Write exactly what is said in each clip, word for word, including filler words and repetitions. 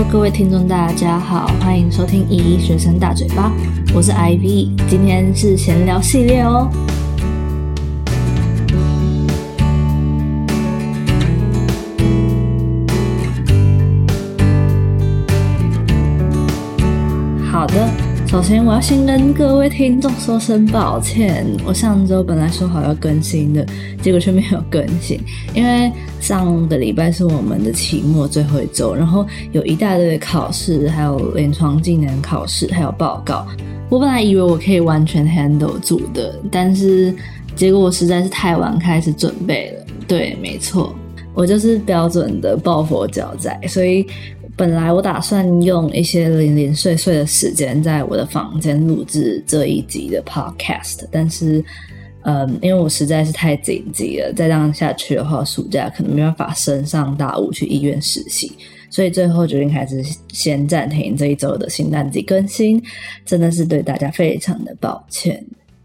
各位听众大家好，欢迎收听一一学生大嘴巴，我是 Ivy， 今天是闲聊系列哦。好的，首先我要先跟各位听众说声抱歉，我上周本来说好要更新的，结果却没有更新，因为上个礼拜是我们的期末最后一周，然后有一大堆的考试，还有临床技能考试，还有报告。我本来以为我可以完全 handle 住的，但是结果我实在是太晚开始准备了。对，没错，我就是标准的抱佛脚仔，所以本来我打算用一些零零碎碎的时间在我的房间录制这一集的 podcast， 但是嗯，因为我实在是太紧急了，再这样下去的话，暑假可能没办法升上大五去医院实习，所以最后决定还是先暂停这一周的新单集更新，真的是对大家非常的抱歉。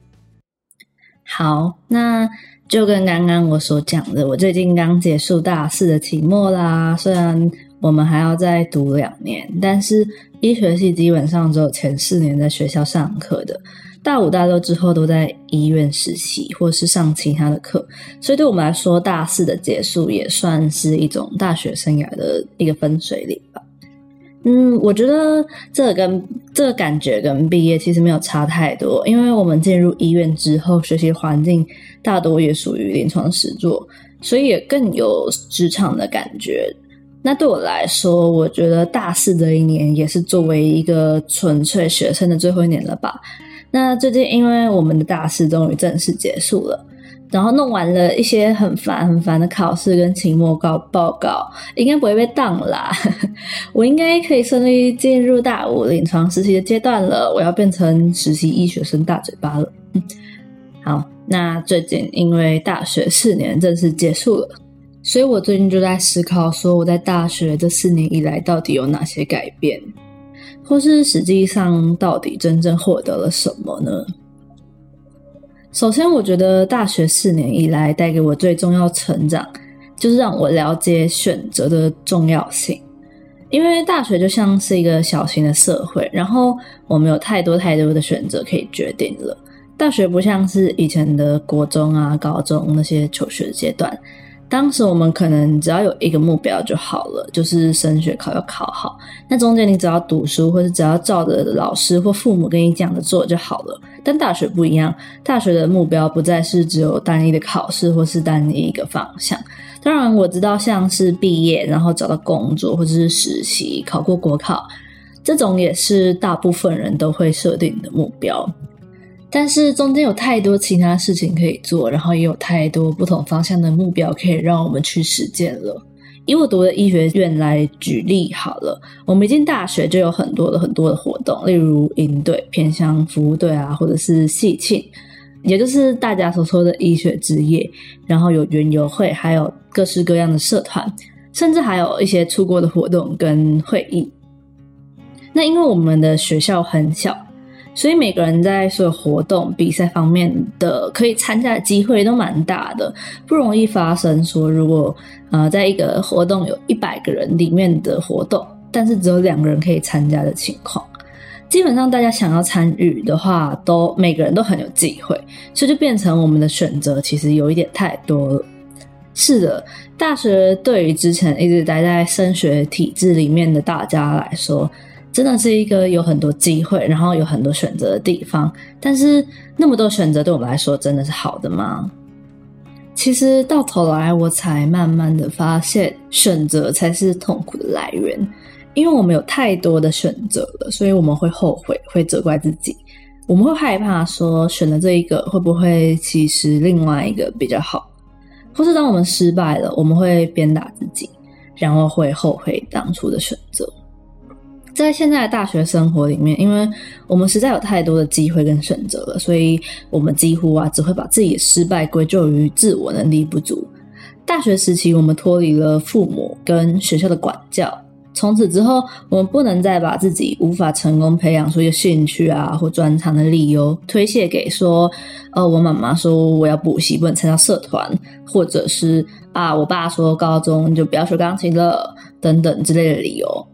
好，那就跟刚刚我所讲的，我最近刚结束大四的期末啦，虽然我们还要再读两年，但是医学系基本上只有前四年在学校上课的，大五大六之后都在医院实习或是上其他的课，所以对我们来说大四的结束也算是一种大学生涯的一个分水岭吧。嗯，我觉得这个跟这个感觉跟毕业其实没有差太多，因为我们进入医院之后，学习环境大多也属于临床实作，所以也更有职场的感觉。那对我来说，我觉得大四这一年也是作为一个纯粹学生的最后一年了吧。那最近因为我们的大四终于正式结束了，然后弄完了一些很烦很烦的考试跟期末告报告，应该不会被当啦我应该可以顺利进入大五临床实习的阶段了，我要变成实习医学生大嘴巴了好，那最近因为大学四年正式结束了，所以我最近就在思考说，我在大学这四年以来到底有哪些改变，或是实际上到底真正获得了什么呢？首先我觉得大学四年以来带给我最重要成长，就是让我了解选择的重要性。因为大学就像是一个小型的社会，然后我们有太多太多的选择可以决定了。大学不像是以前的国中啊、高中那些求学阶段，当时我们可能只要有一个目标就好了，就是升学考要考好，那中间你只要读书或是只要照着老师或父母跟你讲的做就好了。但大学不一样，大学的目标不再是只有单一的考试或是单一一个方向。当然我知道像是毕业然后找到工作或者是实习考过国考，这种也是大部分人都会设定的目标，但是中间有太多其他事情可以做，然后也有太多不同方向的目标可以让我们去实践了。以我读的医学院来举例好了，我们一进大学就有很多的很多的活动，例如营队、偏乡服务队啊，或者是系庆，也就是大家所说的医学之夜，然后有园游会，还有各式各样的社团，甚至还有一些出国的活动跟会议。那因为我们的学校很小，所以每个人在所有活动比赛方面的可以参加的机会都蛮大的，不容易发生说如果呃在一个活动有一百个人里面的活动，但是只有两个人可以参加的情况。基本上大家想要参与的话，都每个人都很有机会，所以就变成我们的选择其实有一点太多了。是的，大学对于之前一直待在升学体制里面的大家来说，真的是一个有很多机会，然后有很多选择的地方，但是那么多选择对我们来说真的是好的吗？其实到头来我才慢慢的发现，选择才是痛苦的来源，因为我们有太多的选择了，所以我们会后悔，会责怪自己，我们会害怕说选了这一个会不会其实另外一个比较好，或是当我们失败了，我们会鞭打自己，然后会后悔当初的选择。在现在的大学生活里面，因为我们实在有太多的机会跟选择了，所以我们几乎啊只会把自己的失败归咎于自我能力不足。大学时期我们脱离了父母跟学校的管教，从此之后我们不能再把自己无法成功培养出一个兴趣啊或专长的理由推卸给说呃，我妈妈说我要补习不能参加社团，或者是啊我爸说高中就不要学钢琴了等等之类的理由。大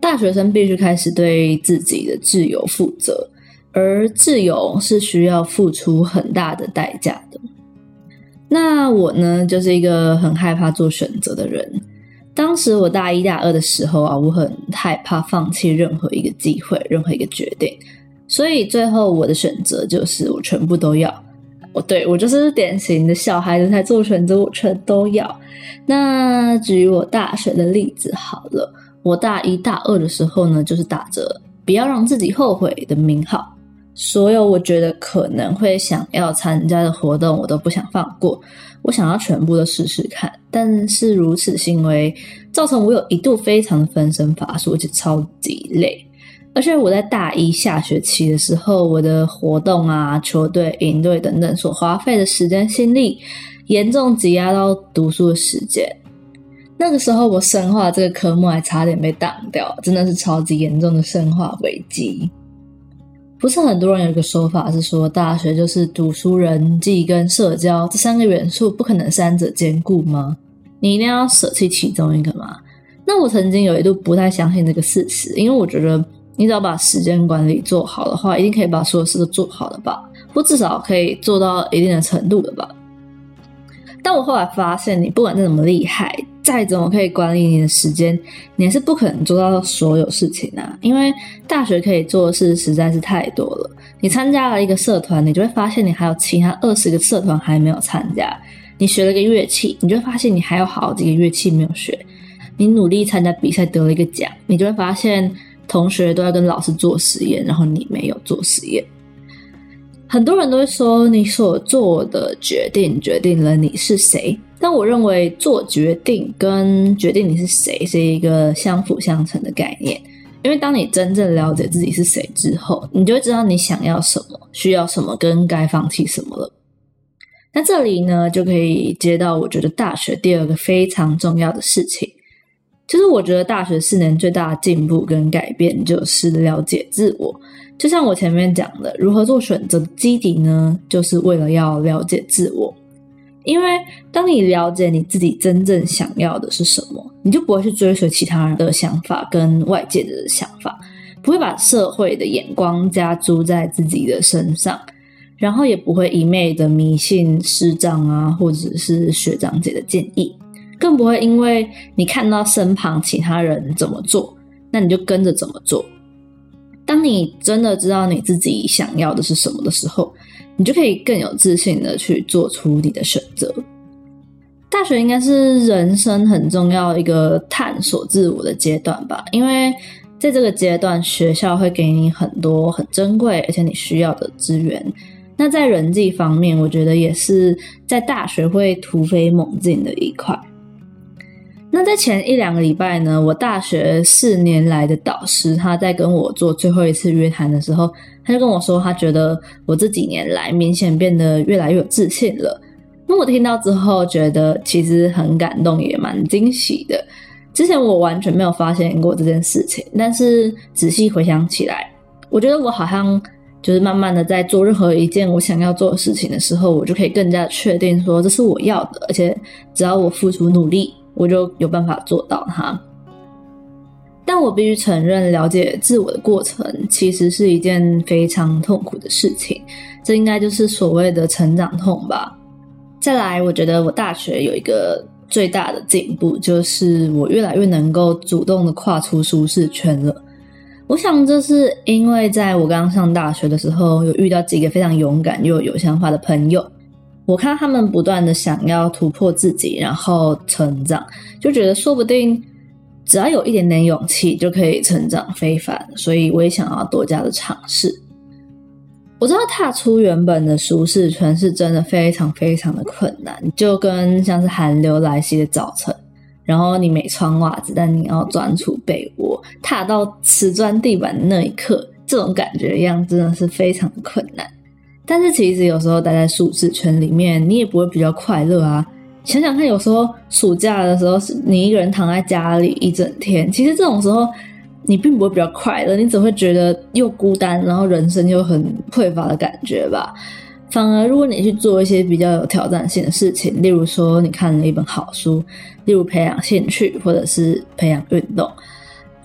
大学生必须开始对自己的自由负责，而自由是需要付出很大的代价的。那我呢，就是一个很害怕做选择的人。当时我大一大二的时候啊，我很害怕放弃任何一个机会，任何一个决定，所以最后我的选择就是我全部都要。我对我就是典型的小孩子才做选择，我全都要。那举我大学的例子好了，我大一大二的时候呢，就是打着不要让自己后悔的名号，所有我觉得可能会想要参加的活动我都不想放过，我想要全部都试试看。但是如此行为造成我有一度非常的分身乏术，而且超级累。而且我在大一下学期的时候，我的活动啊、球队、营队等等所花费的时间心力严重挤压到读书的时间。那个时候我生化这个科目还差点被挡掉，真的是超级严重的生化危机。不是很多人有一个说法是说，大学就是读书、人际跟社交这三个元素不可能三者兼顾吗？你一定要舍弃其中一个吗？那我曾经有一度不太相信这个事实，因为我觉得你只要把时间管理做好的话，一定可以把所有事都做好了吧，或至少可以做到一定的程度的吧。但我后来发现，你不管再怎么厉害，再怎么可以管理你的时间，你还是不可能做到所有事情啊，因为大学可以做的事实在是太多了。你参加了一个社团，你就会发现你还有其他二十个社团还没有参加。你学了个乐器，你就会发现你还有好几个乐器没有学。你努力参加比赛得了一个奖，你就会发现同学都要跟老师做实验，然后你没有做实验。很多人都会说，你所做的决定决定了你是谁，但我认为做决定跟决定你是谁是一个相辅相成的概念。因为当你真正了解自己是谁之后，你就会知道你想要什么，需要什么，跟该放弃什么了。那这里呢，就可以接到我觉得大学第二个非常重要的事情，就是我觉得大学四年最大的进步跟改变就是了解自我。就像我前面讲的，如何做选择的基底呢，就是为了要了解自我。因为当你了解你自己真正想要的是什么，你就不会去追随其他人的想法跟外界的想法，不会把社会的眼光加诸在自己的身上，然后也不会一昧的迷信师长啊或者是学长姐的建议，更不会因为你看到身旁其他人怎么做，那你就跟着怎么做。当你真的知道你自己想要的是什么的时候，你就可以更有自信的去做出你的选择。大学应该是人生很重要一个探索自我的阶段吧，因为在这个阶段，学校会给你很多很珍贵而且你需要的资源。那在人际方面，我觉得也是在大学会突飞猛进的一块。那在前一两个礼拜呢，我大学四年来的导师他在跟我做最后一次约谈的时候，他就跟我说他觉得我这几年来明显变得越来越有自信了。那我听到之后觉得其实很感动，也蛮惊喜的。之前我完全没有发现过这件事情，但是仔细回想起来，我觉得我好像就是慢慢的在做任何一件我想要做的事情的时候，我就可以更加确定说这是我要的，而且只要我付出努力，我就有办法做到它。但我必须承认，了解自我的过程其实是一件非常痛苦的事情，这应该就是所谓的成长痛吧。再来，我觉得我大学有一个最大的进步，就是我越来越能够主动的跨出舒适圈了。我想这是因为在我刚上大学的时候，有遇到几个非常勇敢又有想法的朋友，我看他们不断的想要突破自己，然后成长，就觉得说不定只要有一点点勇气就可以成长非凡，所以我也想要多加的尝试。我知道踏出原本的舒适圈是真的非常非常的困难，就跟像是寒流来袭的早晨，然后你没穿袜子，但你要钻出被窝，踏到瓷砖地板的那一刻，这种感觉一样，真的是非常的困难。但是其实有时候待在舒适圈里面，你也不会比较快乐啊。想想看，有时候暑假的时候，你一个人躺在家里一整天，其实这种时候你并不会比较快乐，你只会觉得又孤单，然后人生又很匮乏的感觉吧。反而如果你去做一些比较有挑战性的事情，例如说你看了一本好书，例如培养兴趣，或者是培养运动，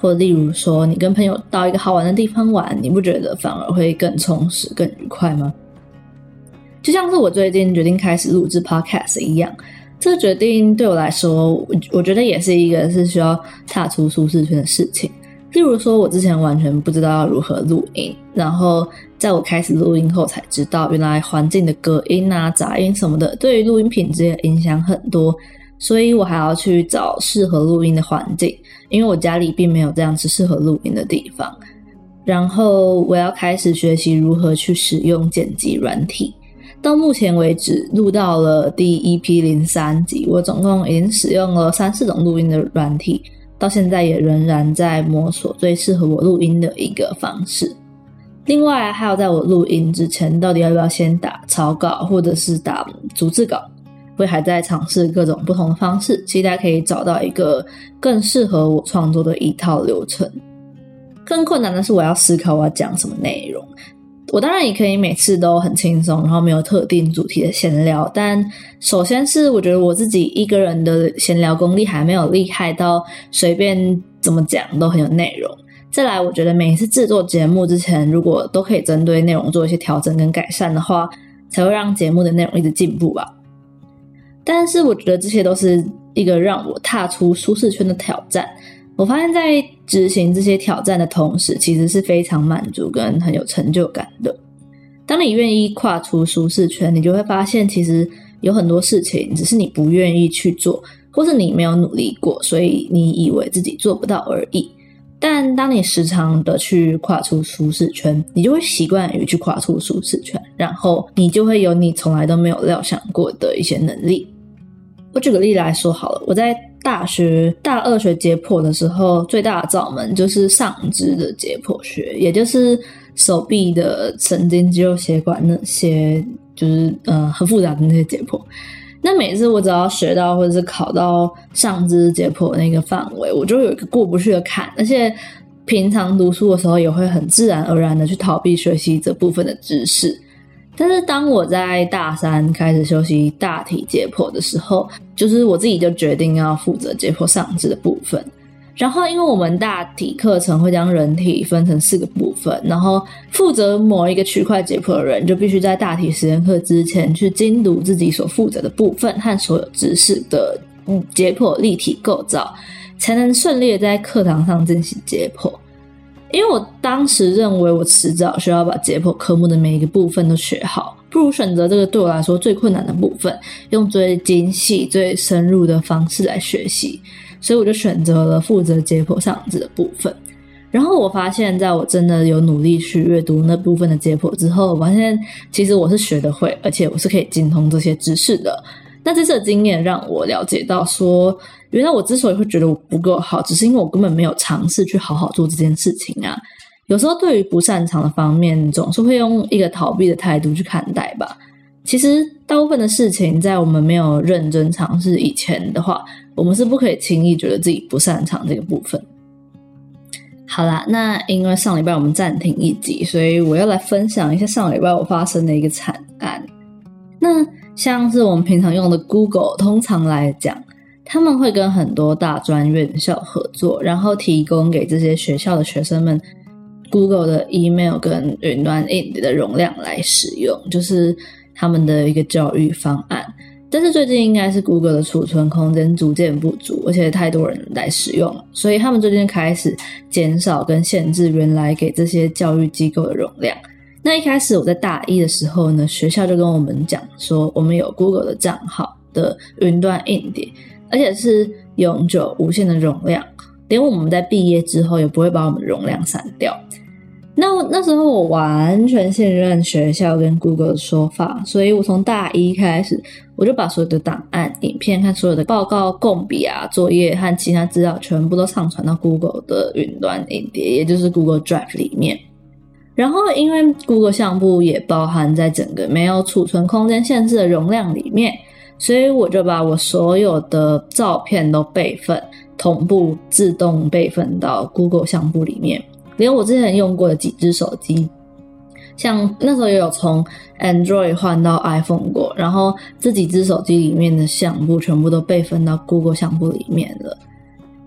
或者例如说你跟朋友到一个好玩的地方玩，你不觉得反而会更充实更愉快吗？就像是我最近决定开始录制 podcast 一样，这个决定对我来说，我我觉得也是一个是需要踏出舒适圈的事情。例如说我之前完全不知道要如何录音，然后在我开始录音后才知道原来环境的隔音啊杂音什么的对于录音品质的影响很多，所以我还要去找适合录音的环境，因为我家里并没有这样子适合录音的地方。然后我要开始学习如何去使用剪辑软体，到目前为止录到了第 E P 零三 集，我总共已经使用了三四种录音的软体，到现在也仍然在摸索最适合我录音的一个方式。另外还有在我录音之前到底要不要先打草稿或者是打逐字稿，我也还在尝试各种不同的方式，期待可以找到一个更适合我创作的一套流程。更困难的是我要思考我要讲什么内容。我当然也可以每次都很轻松，然后没有特定主题的闲聊，但首先是我觉得我自己一个人的闲聊功力还没有厉害到随便怎么讲都很有内容。再来我觉得每一次制作节目之前如果都可以针对内容做一些调整跟改善的话，才会让节目的内容一直进步吧。但是我觉得这些都是一个让我踏出舒适圈的挑战。我发现在执行这些挑战的同时，其实是非常满足跟很有成就感的。当你愿意跨出舒适圈，你就会发现其实有很多事情只是你不愿意去做，或是你没有努力过，所以你以为自己做不到而已。但当你时常的去跨出舒适圈，你就会习惯于去跨出舒适圈，然后你就会有你从来都没有料想过的一些能力。我举个例来说好了，我在大学大二学解剖的时候，最大的罩门就是上肢的解剖学，也就是手臂的神经肌肉血管那些就是呃很复杂的那些解剖。那每次我只要学到或者是考到上肢解剖的那个范围，我就有一个过不去的坎，而且平常读书的时候也会很自然而然的去逃避学习这部分的知识。但是当我在大三开始修习大体解剖的时候，就是我自己就决定要负责解剖上肢的部分。然后因为我们大体课程会将人体分成四个部分，然后负责某一个区块解剖的人就必须在大体实验课之前去精读自己所负责的部分和所有知识的解剖立体构造，才能顺利的在课堂上进行解剖。因为我当时认为我迟早需要把解剖科目的每一个部分都学好，不如选择这个对我来说最困难的部分，用最精细最深入的方式来学习，所以我就选择了负责解剖上肢的部分。然后我发现在我真的有努力去阅读那部分的解剖之后，我发现其实我是学得会，而且我是可以精通这些知识的。那这次的经验让我了解到说，原来我之所以会觉得我不够好，只是因为我根本没有尝试去好好做这件事情啊。有时候对于不擅长的方面，总是会用一个逃避的态度去看待吧。其实大部分的事情在我们没有认真尝试以前的话，我们是不可以轻易觉得自己不擅长这个部分。好啦，那因为上礼拜我们暂停一集，所以我要来分享一下上礼拜我发生的一个惨案。那像是我们平常用的 Google， 通常来讲他们会跟很多大专院校合作，然后提供给这些学校的学生们 Google 的 email 跟云端硬碟的容量来使用，就是他们的一个教育方案。但是最近应该是 Google 的储存空间逐渐不足，而且太多人来使用，所以他们最近开始减少跟限制原来给这些教育机构的容量。那一开始我在大一的时候呢，学校就跟我们讲说，我们有 Google 的账号的云端硬碟，而且是永久无限的容量，连我们在毕业之后也不会把我们容量删掉。那那时候我完全信任学校跟 Google 的说法，所以我从大一开始，我就把所有的档案、影片和所有的报告、共笔啊、作业和其他资料全部都上传到 Google 的云端硬碟，也就是 Google Drive 里面。然后因为 Google 相簿也包含在整个没有储存空间限制的容量里面，所以我就把我所有的照片都备份，同步自动备份到 Google 相簿里面。连我之前用过的几只手机，像那时候也有从 Android 换到 iPhone 过，然后这几只手机里面的相簿全部都备份到 Google 相簿里面了。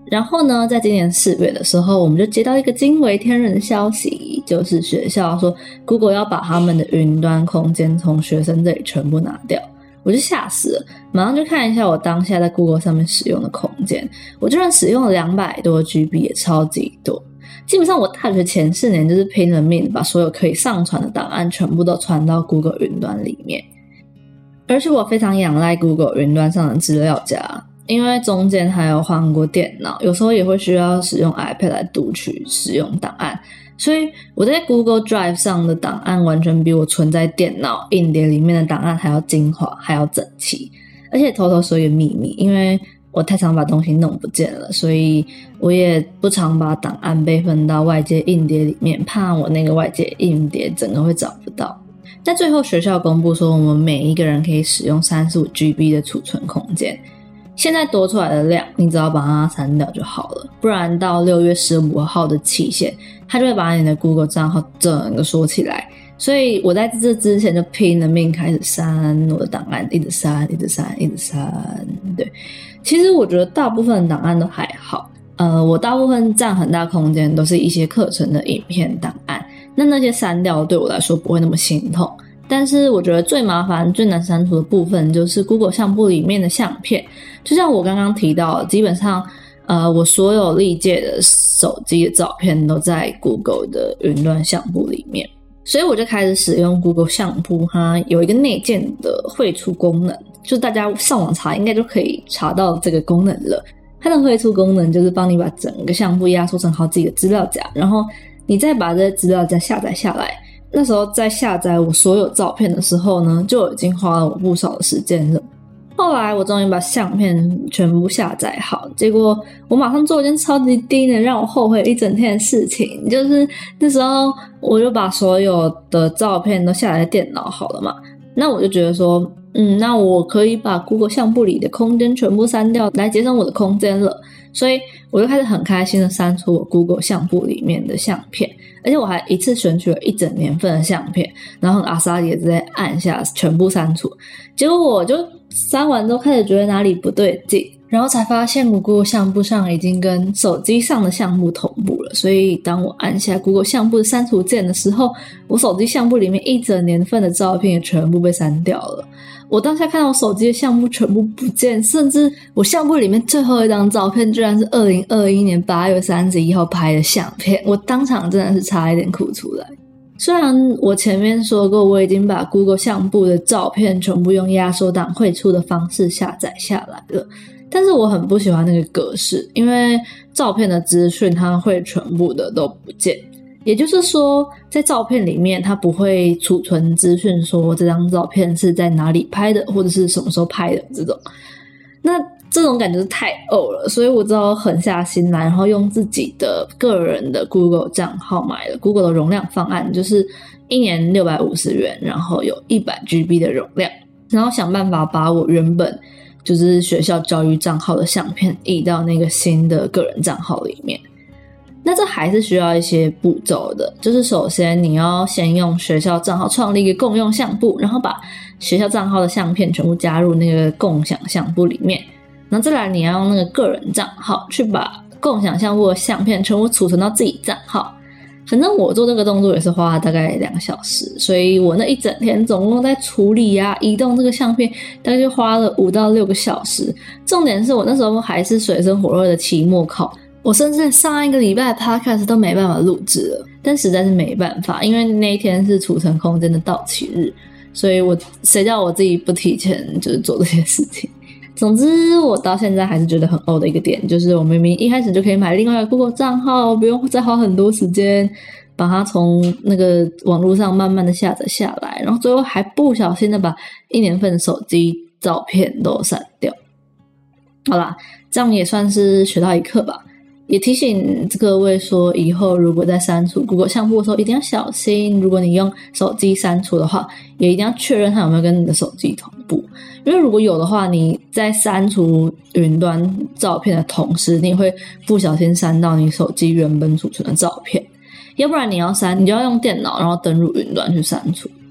然后呢，在今年四月的时候，我们就接到一个惊为天人的消息，就是学校说 Google 要把他们的云端空间从学生这里全部拿掉。我就吓死了，马上就看一下我当下在 Google 上面使用的空间，我居然使用了两百多 G B， 也超级多。基本上我大学前四年就是拼了命把所有可以上传的档案全部都传到 Google 云端里面，而且我非常仰赖 Google 云端上的资料夹，因为中间还有换过电脑，有时候也会需要使用 iPad 来读取使用档案，所以我在 Google Drive 上的档案完全比我存在电脑硬碟里面的档案还要精华，还要整齐。而且偷偷说一个秘密，因为我太常把东西弄不见了，所以我也不常把档案备份到外接硬碟里面，怕我那个外接硬碟整个会找不到。但最后学校公布说，我们每一个人可以使用 三十五 G B 的储存空间，现在多出来的量你只要把它删掉就好了，不然到六月十五号的期限它就会把你的 Google 账号整个锁起来。所以我在这之前就拼了命开始删我的档案，一直删一直删一直删。对，其实我觉得大部分的档案都还好，呃，我大部分占很大空间都是一些课程的影片档案，那那些删掉对我来说不会那么心痛。但是我觉得最麻烦最难删除的部分就是 Google 相簿里面的相片，就像我刚刚提到，基本上呃，我所有历届的手机的照片都在 Google 的云端相簿里面，所以我就开始使用 Google 相簿，它有一个内建的绘出功能，就大家上网查应该就可以查到这个功能了。它的绘出功能就是帮你把整个相簿压缩成好几个资料夹，然后你再把这些资料夹下载下来。那时候在下载我所有照片的时候呢，就已经花了我不少的时间了。后来我终于把相片全部下载好，结果我马上做一件超级低能让我后悔一整天的事情，就是那时候我就把所有的照片都下载在电脑好了嘛，那我就觉得说嗯，那我可以把 Google 相簿里的空间全部删掉来节省我的空间了，所以我就开始很开心的删除我 Google 相簿里面的相片，而且我还一次选取了一整年份的相片，然后很阿莎也直接按下全部删除。结果我就删完之后开始觉得哪里不对劲，然后才发现 Google 相簿上已经跟手机上的相簿同步了，所以当我按下 Google 相簿的删除键的时候，我手机相簿里面一整年份的照片也全部被删掉了。我当下看到我手机的相簿全部不见，甚至我相簿里面最后一张照片居然是二零二一年八月三十一号拍的相片，我当场真的是差一点哭出来。虽然我前面说过我已经把 Google 相簿的照片全部用压缩档绘出的方式下载下来了，但是我很不喜欢那个格式，因为照片的资讯它会全部的都不见，也就是说在照片里面它不会储存资讯说这张照片是在哪里拍的或者是什么时候拍的这种，那这种感觉是太呕了，所以我只好狠下心来，然后用自己的个人的 Google 账号买了 Google 的容量方案，就是一年六百五十元，然后有 一百 G B 的容量，然后想办法把我原本就是学校教育账号的相片移到那个新的个人账号里面。那这还是需要一些步骤的，就是首先你要先用学校账号创立一个共用相簿，然后把学校账号的相片全部加入那个共享相簿里面，然后再来你要用那个个人账号去把共享相簿的相片全部储存到自己账号。反正我做这个动作也是花了大概两个小时，所以我那一整天总共在处理啊移动这个相片大概就花了五到六个小时。重点是我那时候还是水深火热的期末考，我甚至上一个礼拜的 podcast 都没办法录制了，但实在是没办法，因为那一天是储存空间的到期日，所以我谁叫我自己不提前就是做这些事情。总之我到现在还是觉得很欧的一个点，就是我明明一开始就可以买另外一个 Google 账号，不用再花很多时间把它从那个网络上慢慢的下载下来，然后最后还不小心的把一年份的手机照片都删掉。好啦，这样也算是学到一课吧，也提醒各位说以后如果在删除 Google 相簿的时候一定要小心，如果你用手机删除的话也一定要确认它有没有跟你的手机同步，因为如果有的话你在删除云端照片的同时你会不小心删到你手机原本储存的照片，要不然你要删你就要用电脑然后登入云端去删除。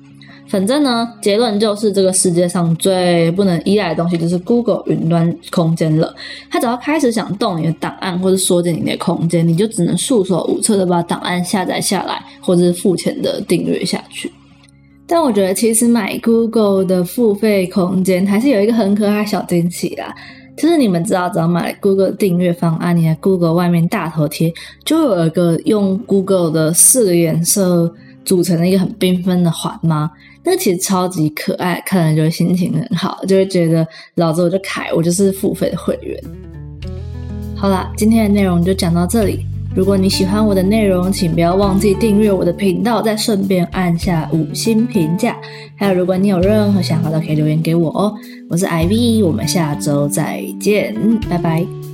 反正呢，结论就是这个世界上最不能依赖的东西就是 Google 云端空间了。它只要开始想动你的档案或者缩减你的空间，你就只能束手无策的把档案下载下来，或者是付钱的订阅下去。但我觉得其实买 Google 的付费空间还是有一个很可爱的小惊喜啦，就是你们知道只要买 Google 订阅方案，你的 Google 外面大头贴就有一个用 Google 的四个颜色组成的一个很缤纷的环吗？那个其实超级可爱，看了就会心情很好，就会觉得老子我就凯，我就是付费的会员。好啦，今天的内容就讲到这里。如果你喜欢我的内容，请不要忘记订阅我的频道，再顺便按下五星评价。还有如果你有任何想法都可以留言给我哦。我是 I V， 我们下周再见，拜拜。